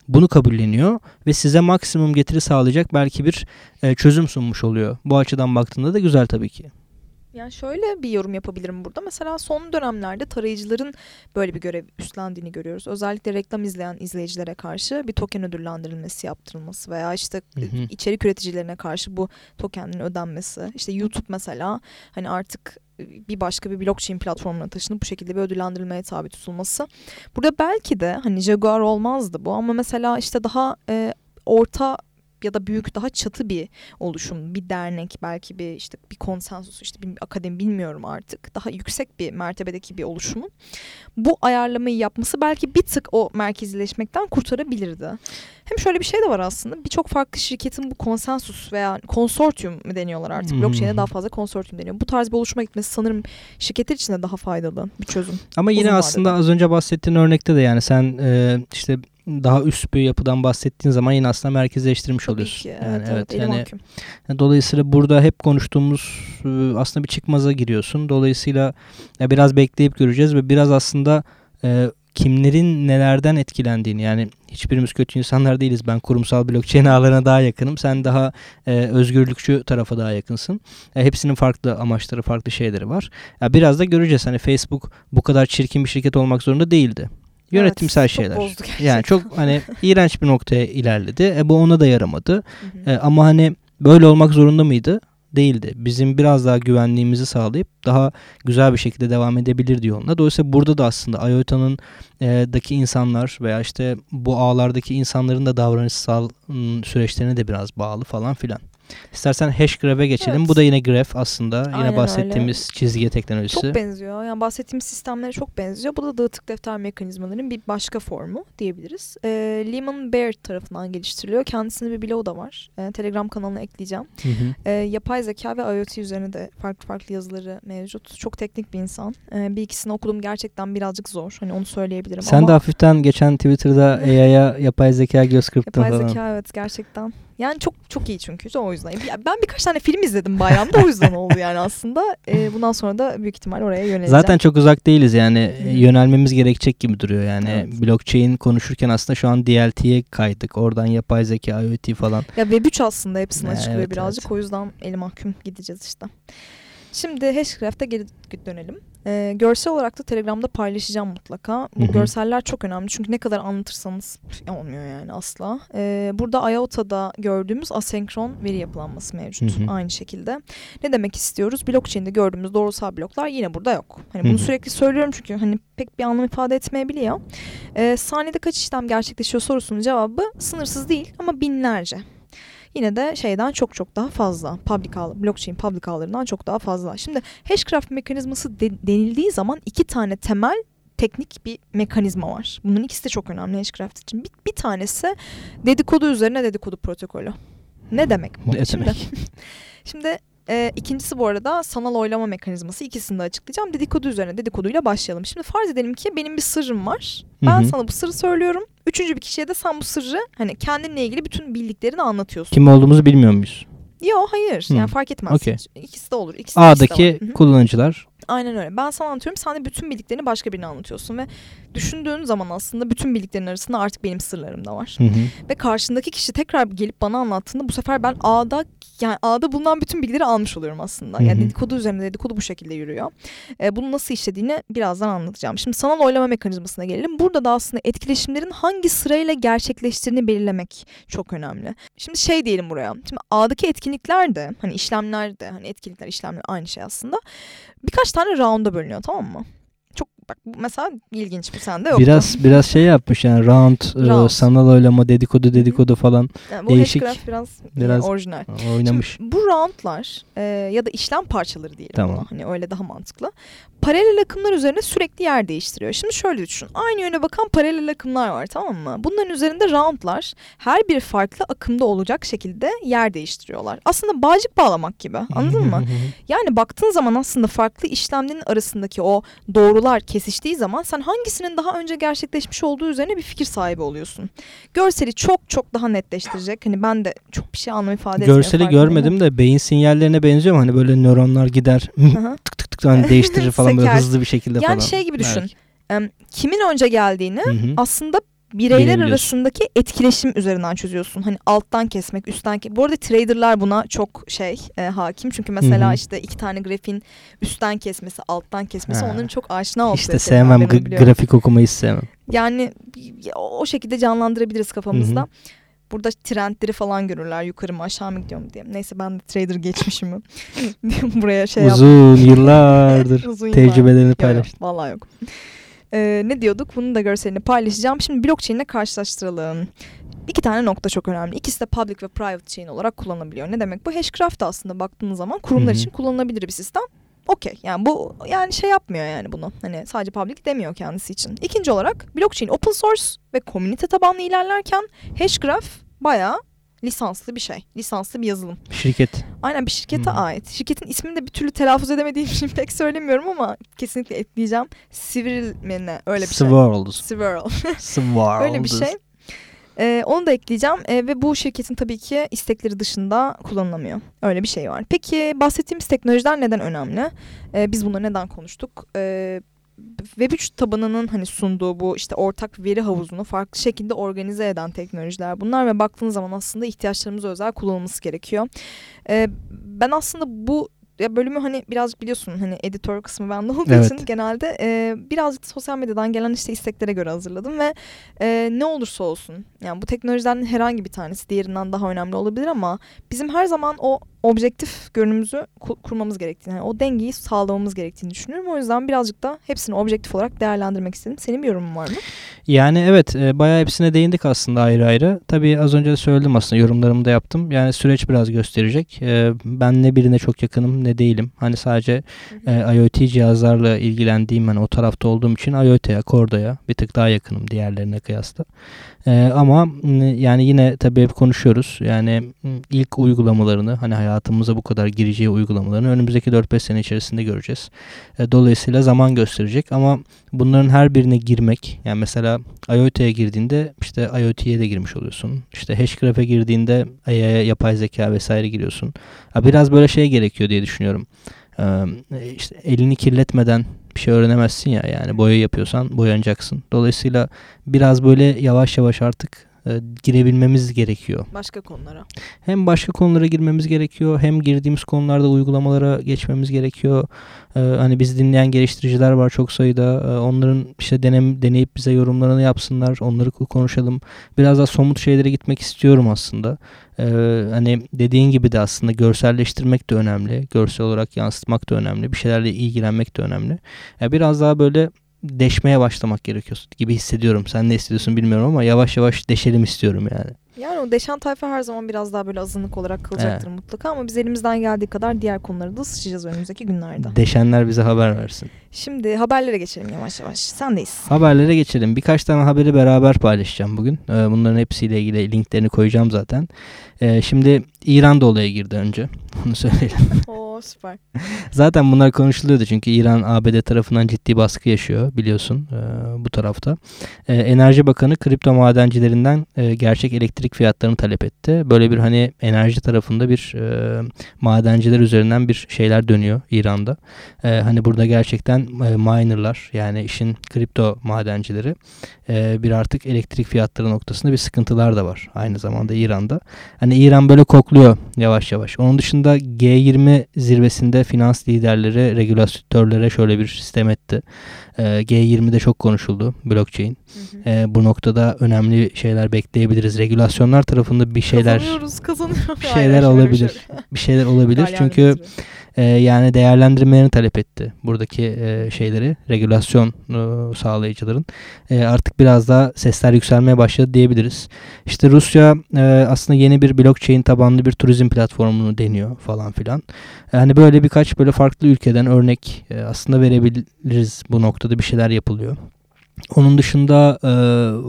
bunu kabulleniyor ve size maksimum getiri sağlayacak belki bir e, çözüm sunmuş oluyor. Bu açıdan baktığında da güzel tabii ki. Yani şöyle bir yorum yapabilirim burada. Mesela son dönemlerde tarayıcıların böyle bir görev üstlendiğini görüyoruz. Özellikle reklam izleyen izleyicilere karşı bir token ödüllendirilmesi yaptırılması veya işte hı hı. içerik üreticilerine karşı bu tokenin ödenmesi. İşte YouTube mesela hani artık bir başka bir blockchain platformuna taşınıp bu şekilde bir ödüllendirilmeye tabi tutulması. Burada belki de hani Jaguar olmazdı bu ama mesela işte daha e, orta ya da büyük daha çatı bir oluşum, bir dernek, belki bir işte bir konsensus, işte bir akademi, bilmiyorum artık. Daha yüksek bir mertebedeki bir oluşumun bu ayarlamayı yapması belki bir tık o merkezileşmekten kurtarabilirdi. Hem şöyle bir şey de var aslında. Birçok farklı şirketin bu konsensus veya konsortiyum mu deniyorlar artık. Hmm. Blockchain'e daha fazla konsortiyum deniyor. Bu tarz bir oluşuma gitmesi sanırım şirketler için de daha faydalı bir çözüm. Ama yine Uzun aslında vadede. Az önce bahsettiğin örnekte de yani sen e, işte daha üst bir yapıdan bahsettiğin zaman yine aslında merkezleştirmiş Tabii oluyorsun. ki. Yani evet, evet, evet yani mahkum. Dolayısıyla burada hep konuştuğumuz aslında bir çıkmaza giriyorsun. Dolayısıyla biraz bekleyip göreceğiz ve biraz aslında e, kimlerin nelerden etkilendiğini, yani hiçbirimiz kötü insanlar değiliz. Ben kurumsal blockchain ağlarına daha yakınım. Sen daha e, özgürlükçü tarafa daha yakınsın. E, hepsinin farklı amaçları, farklı şeyleri var. Ya biraz da göreceğiz. Hani Facebook bu kadar çirkin bir şirket olmak zorunda değildi. Yönetimsel evet, şeyler. Çok bozdu gerçekten. Yani çok hani iğrenç bir noktaya ilerledi. E, bu ona da yaramadı. E, ama hani böyle olmak zorunda mıydı? Değildi. Bizim biraz daha güvenliğimizi sağlayıp daha güzel bir şekilde devam edebilirdi yoluna. Dolayısıyla burada da aslında IOTA'nın e, daki insanlar veya işte bu ağlardaki insanların da davranışsal m, süreçlerine de biraz bağlı falan filan. İstersen Hashgraph'e geçelim. Evet. Bu da yine graph aslında. Yine Aynen bahsettiğimiz öyle. çizgi teknolojisi. Çok benziyor. Yani bahsettiğimiz sistemlere çok benziyor. Bu da dağıtık defter mekanizmalarının bir başka formu diyebiliriz. E, Lyman Baird tarafından geliştiriliyor. Kendisinin bir blogu da var. E, Telegram kanalına ekleyeceğim. Hı hı. E, yapay zeka ve IoT üzerine de farklı farklı yazıları mevcut. Çok teknik bir insan. E, bir ikisini okudum. Gerçekten birazcık zor. Hani onu söyleyebilirim. Sen ama... de hafiften geçen Twitter'da A I'ya yapay zeka göz kırptın yapay falan. Yapay zeka evet gerçekten. Yani çok çok iyi çünkü o yüzden. Ben birkaç tane film izledim bayramda, o yüzden oldu yani aslında. Ee, bundan sonra da büyük ihtimal oraya yöneleceğim. Zaten çok uzak değiliz yani. Hmm. Yönelmemiz gerekecek gibi duruyor yani. Evet. Blockchain konuşurken aslında şu an D L T'ye kaydık. Oradan yapay zeka, IoT falan. Ya Web üç aslında hepsini açıklıyor evet, birazcık. Evet. O yüzden eli mahkum gideceğiz işte. Şimdi Hashgraph'te geri dönelim. Ee, görsel olarak da Telegram'da paylaşacağım mutlaka. Bu Hı-hı. görseller çok önemli çünkü ne kadar anlatırsanız olmuyor yani asla. Ee, burada IOTA'da gördüğümüz asenkron veri yapılanması mevcut. Hı-hı. Aynı şekilde. Ne demek istiyoruz? Blockchain'de gördüğümüz doğrusal bloklar yine burada yok. Hani bunu Hı-hı. sürekli söylüyorum çünkü hani pek bir anlam ifade etmeyebiliyor. Ee, saniyede kaç işlem gerçekleşiyor sorusunun cevabı sınırsız değil ama binlerce. Yine de şeyden çok çok daha fazla. Public ağ, blockchain public ağlarından çok daha fazla. Şimdi hashgraph mekanizması de, denildiği zaman iki tane temel teknik bir mekanizma var. Bunun ikisi de çok önemli hashgraph için. Bir, bir tanesi dedikodu üzerine dedikodu protokolü. Ne demek bu? Ne şimdi, demek? şimdi e, ikincisi bu arada sanal oylama mekanizması. İkisini de açıklayacağım. Dedikodu üzerine dedikoduyla başlayalım. Şimdi farz edelim ki benim bir sırrım var. Ben Hı-hı. sana bu sırrı söylüyorum. Üçüncü bir kişiye de sen bu sırrı hani kendinle ilgili bütün bildiklerini anlatıyorsun. Kim olduğumuzu bilmiyor muyuz? Yok hayır. Hı. Yani fark etmez. Okay. İkisi de olur. İkisi A'daki de ikisi de kullanıcılar. Aynen öyle. Ben sana anlatıyorum. Sen de bütün bildiklerini başka birine anlatıyorsun ve düşündüğün zaman aslında bütün bildiklerin arasında artık benim sırlarım da var. Hı hı. Ve karşındaki kişi tekrar gelip bana anlattığında bu sefer ben A'da yani A'da bulunan bütün bilgileri almış oluyorum aslında. Yani dedikodu üzerine dedikodu bu şekilde yürüyor. Ee, bunu nasıl işlediğini birazdan anlatacağım. Şimdi sanal oylama mekanizmasına gelelim. Burada da aslında etkileşimlerin hangi sırayla gerçekleştiğini belirlemek çok önemli. Şimdi şey diyelim buraya. Şimdi A'daki etkinlikler de hani işlemler de hani etkinlikler işlemler aynı şey aslında. Birkaç tane round'a bölünüyor, tamam mı? Çok bak mesela ilginç, bu sende yoktu. Biraz biraz şey yapmış yani round, round. E, sanal oylama, dedikodu dedikodu falan yani bu değişik. Bu biraz, biraz e, orijinal. Oynamış. Şimdi bu roundlar e, ya da işlem parçaları diyelim tamam. buna. Hani öyle daha mantıklı. Paralel akımlar üzerine sürekli yer değiştiriyor. Şimdi şöyle düşün. Aynı yöne bakan paralel akımlar var, tamam mı? Bunların üzerinde roundlar her bir farklı akımda olacak şekilde yer değiştiriyorlar. Aslında bağcık bağlamak gibi. Anladın mı? Yani baktığın zaman aslında farklı işlemlerin arasındaki o doğrular kesiştiği zaman sen hangisinin daha önce gerçekleşmiş olduğu üzerine bir fikir sahibi oluyorsun. Görseli çok çok daha netleştirecek. Hani ben de çok bir şey anlam ifade etmiyor. Görseli görmedim de beyin sinyallerine benziyor mu? Hani böyle nöronlar gider tık tık tık hani değiştirir falan böyle hızlı bir şekilde yani falan. Yani şey gibi düşün. Evet. Kimin önce geldiğini Hı-hı. aslında bireyler arasındaki etkileşim üzerinden çözüyorsun. Hani alttan kesmek, üstten kesmek. Bu arada traderlar buna çok şey e, hakim. Çünkü mesela Hı-hı. işte iki tane grafiğin üstten kesmesi, alttan kesmesi ha. onların çok aşina olduğu. İşte sevmem g- grafik okumayı sevmem. Yani o şekilde canlandırabiliriz kafamızda. Hı-hı. Burada trendleri falan görürler, yukarı mı aşağı mı gidiyorum diye. Neyse ben de trader geçmişimi buraya şey yaptım. Uzun yıllardır Uzun tecrübelerini yıllar. paylaştım. Vallahi yok. Ee, ne diyorduk? Bunun da görselini paylaşacağım. Şimdi blockchain ile karşılaştıralım. İki tane nokta çok önemli. İkisi de public ve private chain olarak kullanılabiliyor. Ne demek bu? Hashgraph da aslında baktığınız zaman kurumlar Hı-hı. için kullanılabilir bir sistem. Okey. Yani bu yani şey yapmıyor yani bunu. Hani sadece public demiyor kendisi için. İkinci olarak blockchain open source ve komünite tabanlı ilerlerken Hashgraph bayağı lisanslı bir şey. Lisanslı bir yazılım. Şirket. Aynen bir şirkete hmm. ait. Şirketin ismini de bir türlü telaffuz edemediğim için pek söylemiyorum ama kesinlikle ekleyeceğim. Swirl mi ne? Öyle bir Swirl. şey. Swirl. Swirl. Öyle bir şey. Ee, onu da ekleyeceğim ee, ve bu şirketin tabii ki istekleri dışında kullanılamıyor. Öyle bir şey var. Peki bahsettiğimiz teknolojiler neden önemli? Ee, biz bunları neden konuştuk? Ee, Web üç tabanının hani sunduğu bu işte ortak veri havuzunu farklı şekilde organize eden teknolojiler bunlar ve baktığınız zaman aslında ihtiyaçlarımıza özel kullanılması gerekiyor. Ee, ben aslında bu ya bölümü hani birazcık biliyorsun hani editör kısmı bende olduğu evet. için genelde e, birazcık sosyal medyadan gelen işte isteklere göre hazırladım ve e, ne olursa olsun yani bu teknolojilerin herhangi bir tanesi diğerinden daha önemli olabilir ama bizim her zaman o objektif görünümümüzü kurmamız gerektiğini, yani o dengeyi sağlamamız gerektiğini düşünüyorum. O yüzden birazcık da hepsini objektif olarak değerlendirmek istedim. Senin bir yorumun var mı? Yani evet e, bayağı hepsine değindik aslında ayrı ayrı. Tabii az önce de söyledim aslında yorumlarımı da yaptım. Yani süreç biraz gösterecek. E, ben ne birine çok yakınım ne değilim. Hani sadece e, IoT cihazlarla ilgilendiğim hani o tarafta olduğum için IoT'ya, Corda'ya bir tık daha yakınım diğerlerine kıyasla. Ee, ama yani yine tabii hep konuşuyoruz. Yani ilk uygulamalarını hani hayatımıza bu kadar gireceği uygulamalarını önümüzdeki dört beş sene içerisinde göreceğiz. E, dolayısıyla zaman gösterecek ama bunların her birine girmek yani mesela IoT'ye girdiğinde işte IoT'ye de girmiş oluyorsun. İşte Hashgraph'e girdiğinde A I'ye yapay zeka vesaire giriyorsun. Ya biraz böyle şey gerekiyor diye düşünüyorum. Ee, işte elini kirletmeden bir şey öğrenemezsin ya yani boya yapıyorsan boyanacaksın. Dolayısıyla biraz böyle yavaş yavaş artık e, girebilmemiz gerekiyor. Başka konulara. Hem başka konulara girmemiz gerekiyor hem girdiğimiz konularda uygulamalara geçmemiz gerekiyor. Ee, hani bizi dinleyen geliştiriciler var çok sayıda. Ee, onların işte denem, deneyip bize yorumlarını yapsınlar. Onları konuşalım. Biraz daha somut şeylere gitmek istiyorum aslında. Ee, hani dediğin gibi de aslında görselleştirmek de önemli. Görsel olarak yansıtmak da önemli. Bir şeylerle ilgilenmek de önemli. Yani biraz daha böyle deşmeye başlamak gerekiyor gibi hissediyorum. Sen ne hissediyorsun bilmiyorum ama yavaş yavaş deşelim istiyorum yani. Yani o deşen tayfa her zaman biraz daha böyle azınlık olarak kalacaktır evet. mutlaka ama biz elimizden geldiği kadar diğer konuları da sıçacağız önümüzdeki günlerde. Deşenler bize haber versin. Şimdi haberlere geçelim yavaş yavaş. Sendeyiz. Haberlere geçelim. Birkaç tane haberi beraber paylaşacağım bugün. Bunların hepsiyle ilgili linklerini koyacağım zaten. Şimdi İran da olaya girdi önce. Onu söyleyelim. Oo süper. Zaten bunlar konuşuluyordu çünkü İran A B D tarafından ciddi baskı yaşıyor biliyorsun bu tarafta. Enerji Bakanı kripto madencilerinden gerçek elektrik fiyatlarını talep etti. Böyle bir hani enerji tarafında bir madenciler üzerinden bir şeyler dönüyor İran'da. Hani burada gerçekten minerlar yani işin kripto madencileri bir artık elektrik fiyatları noktasında bir sıkıntılar da var aynı zamanda İran'da. Hani İran böyle kokluyor yavaş yavaş. Onun dışında G yirmi zirvesinde finans liderleri regülatörlere şöyle bir sistem etti. G yirmide çok konuşuldu blockchain. Hı hı. Bu noktada önemli şeyler bekleyebiliriz. Regülasyonlar tarafında bir şeyler kazanıyoruz, kazanıyoruz. Bir şeyler Aynen, olabilir. Şey. Bir şeyler olabilir. Çünkü e, yani değerlendirmelerini talep etti. Buradaki e, şeyleri, regülasyon e, sağlayıcıların. E, artık biraz daha sesler yükselmeye başladı diyebiliriz. İşte Rusya e, aslında yeni bir blockchain tabanlı bir turizm platformunu deniyor falan filan. Yani böyle birkaç böyle farklı ülkeden örnek e, aslında verebiliriz. Bu noktada bir şeyler yapılıyor. Onun dışında e,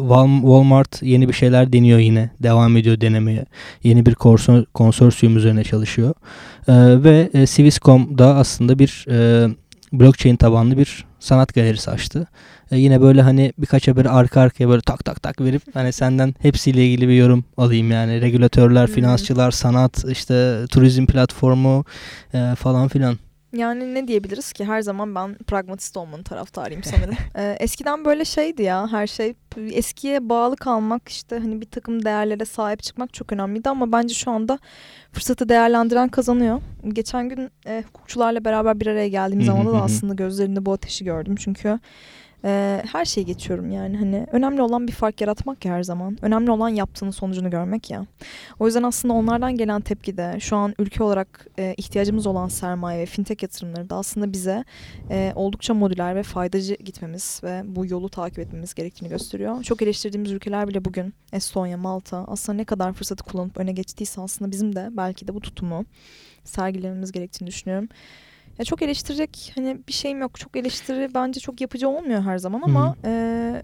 Walmart yeni bir şeyler deniyor yine. Devam ediyor denemeye. Yeni bir konsor- konsorsiyum üzerine çalışıyor. E, ve e, Siviscom da aslında bir e, blockchain tabanlı bir sanat galerisi açtı. E, yine böyle hani birkaç haberi arka arkaya böyle tak tak tak verip hani senden hepsiyle ilgili bir yorum alayım yani. Regülatörler, hmm. finansçılar, sanat, işte turizm platformu e, falan filan. Yani ne diyebiliriz ki? Her zaman ben pragmatist olmanın taraftarıyım sanırım. ee, eskiden böyle şeydi ya, her şey eskiye bağlı kalmak, işte hani bir takım değerlere sahip çıkmak çok önemliydi ama bence şu anda fırsatı değerlendiren kazanıyor. Geçen gün e, hukukçularla beraber bir araya geldiğim zaman da aslında gözlerinde bu ateşi gördüm. Çünkü e, her şeyi geçiyorum yani, hani önemli olan bir fark yaratmak ya her zaman. Önemli olan yaptığının sonucunu görmek ya. O yüzden aslında onlardan gelen tepki de şu an ülke olarak e, ihtiyacımız olan sermaye ve fintech yatırımları da aslında bize e, oldukça modüler ve faydacı gitmemiz ve bu yolu takip etmemiz gerektiğini gösteriyor. Çok eleştirdiğimiz ülkeler bile bugün Estonya, Malta aslında ne kadar fırsatı kullanıp öne geçtiyse aslında bizim de belki de bu tutumu sergilememiz gerektiğini düşünüyorum. Ya çok eleştirecek hani bir şeyim yok. Çok eleştiri bence çok yapıcı olmuyor her zaman ama e,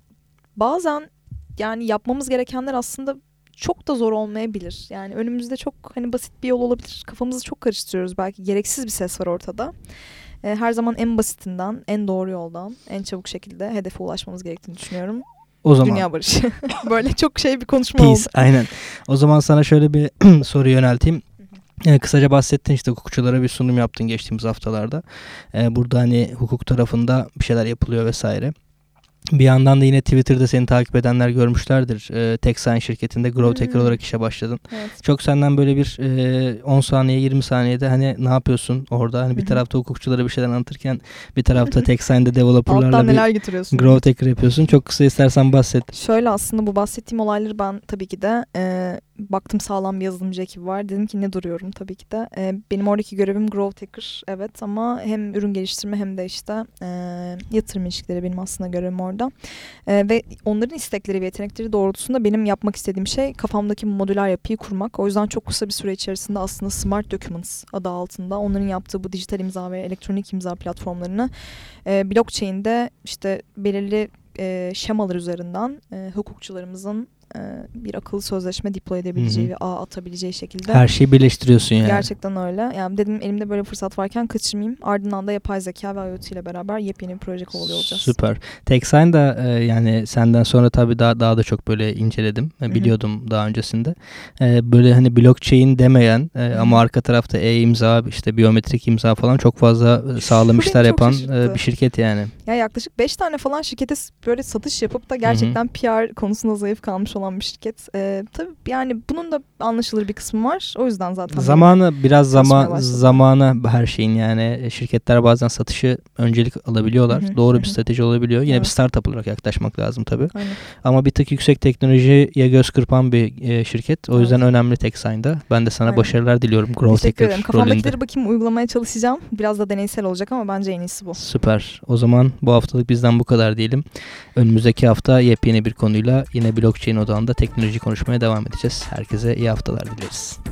bazen yani yapmamız gerekenler aslında çok da zor olmayabilir. Yani önümüzde çok hani basit bir yol olabilir. Kafamızı çok karıştırıyoruz. Belki gereksiz bir ses var ortada. E, her zaman en basitinden, en doğru yoldan, en çabuk şekilde hedefe ulaşmamız gerektiğini düşünüyorum. O zaman Dünya barışı. Böyle çok şey bir konuşma Peace, oldu. aynen. O zaman sana şöyle bir soru yönelteyim. Yani kısaca bahsettin, işte hukukçulara bir sunum yaptın geçtiğimiz haftalarda. Ee, burada hani hukuk tarafında bir şeyler yapılıyor vesaire. Bir yandan da yine Twitter'da seni takip edenler görmüşlerdir. Ee, TechSign şirketinde Growth Hacker olarak işe başladın. Evet. Çok senden böyle bir e, on saniye yirmi saniyede hani ne yapıyorsun orada? Hani bir Hı-hı. tarafta hukukçulara bir şeyler anlatırken bir tarafta TechSign'de developerlarla alttan bir neler getiriyorsun? Growth Hacker yapıyorsun. Çok kısa istersen bahset. Şöyle, aslında bu bahsettiğim olayları ben tabii ki de e, baktım sağlam bir yazılımcı ekibi var. Dedim ki ne duruyorum tabii ki de. E, benim oradaki görevim Growth Hacker, evet, ama hem ürün geliştirme hem de işte e, yatırım ilişkileri benim aslında görevim orada. E, ve onların istekleri ve yetenekleri doğrultusunda benim yapmak istediğim şey kafamdaki modüler yapıyı kurmak. O yüzden çok kısa bir süre içerisinde aslında Smart Documents adı altında onların yaptığı bu dijital imza ve elektronik imza platformlarını e, blockchain'de işte belirli e, şemalar üzerinden e, hukukçularımızın e, bir akıllı sözleşme deploy edebileceği ve ağ atabileceği şekilde. Her şeyi birleştiriyorsun yani. Gerçekten öyle. Yani dedim elimde böyle bir fırsat varken kaçırmayayım. Ardından da yapay zeka ve IoT ile beraber yepyeni bir proje kovalıyor olacağız. Süper. TechSign da e, yani senden sonra tabii daha daha da çok böyle inceledim. E, biliyordum Hı-hı. daha öncesinde. E, böyle hani blockchain demeyen e, ama arka tarafta e-imza, işte biyometrik imza falan çok fazla sağlam işler yapan e, bir şirket yani. Ya yaklaşık beş tane falan şirkete böyle satış yapıp da gerçekten Hı-hı. P R konusunda zayıf kalmış olan bir şirket. Ee, tabii yani bunun da anlaşılır bir kısmı var. O yüzden zaten zamanı biraz zaman zamanı her şeyin, yani şirketler bazen satışı öncelik alabiliyorlar. Hı-hı. Doğru Hı-hı. bir strateji olabiliyor. Yine evet. bir startup olarak yaklaşmak lazım tabii. Aynen. Ama bir tık yüksek teknolojiye göz kırpan bir e, şirket. O evet. yüzden önemli TechSign'da. Ben de sana Aynen. başarılar diliyorum Growth Hacker rolünde. Kafamdakileri bakayım, uygulamaya çalışacağım. Biraz da deneysel olacak ama bence en iyisi bu. Süper. O zaman bu haftalık bizden bu kadar diyelim. Önümüzdeki hafta yepyeni bir konuyla yine blockchain odağında teknoloji konuşmaya devam edeceğiz. Herkese iyi haftalar dileriz.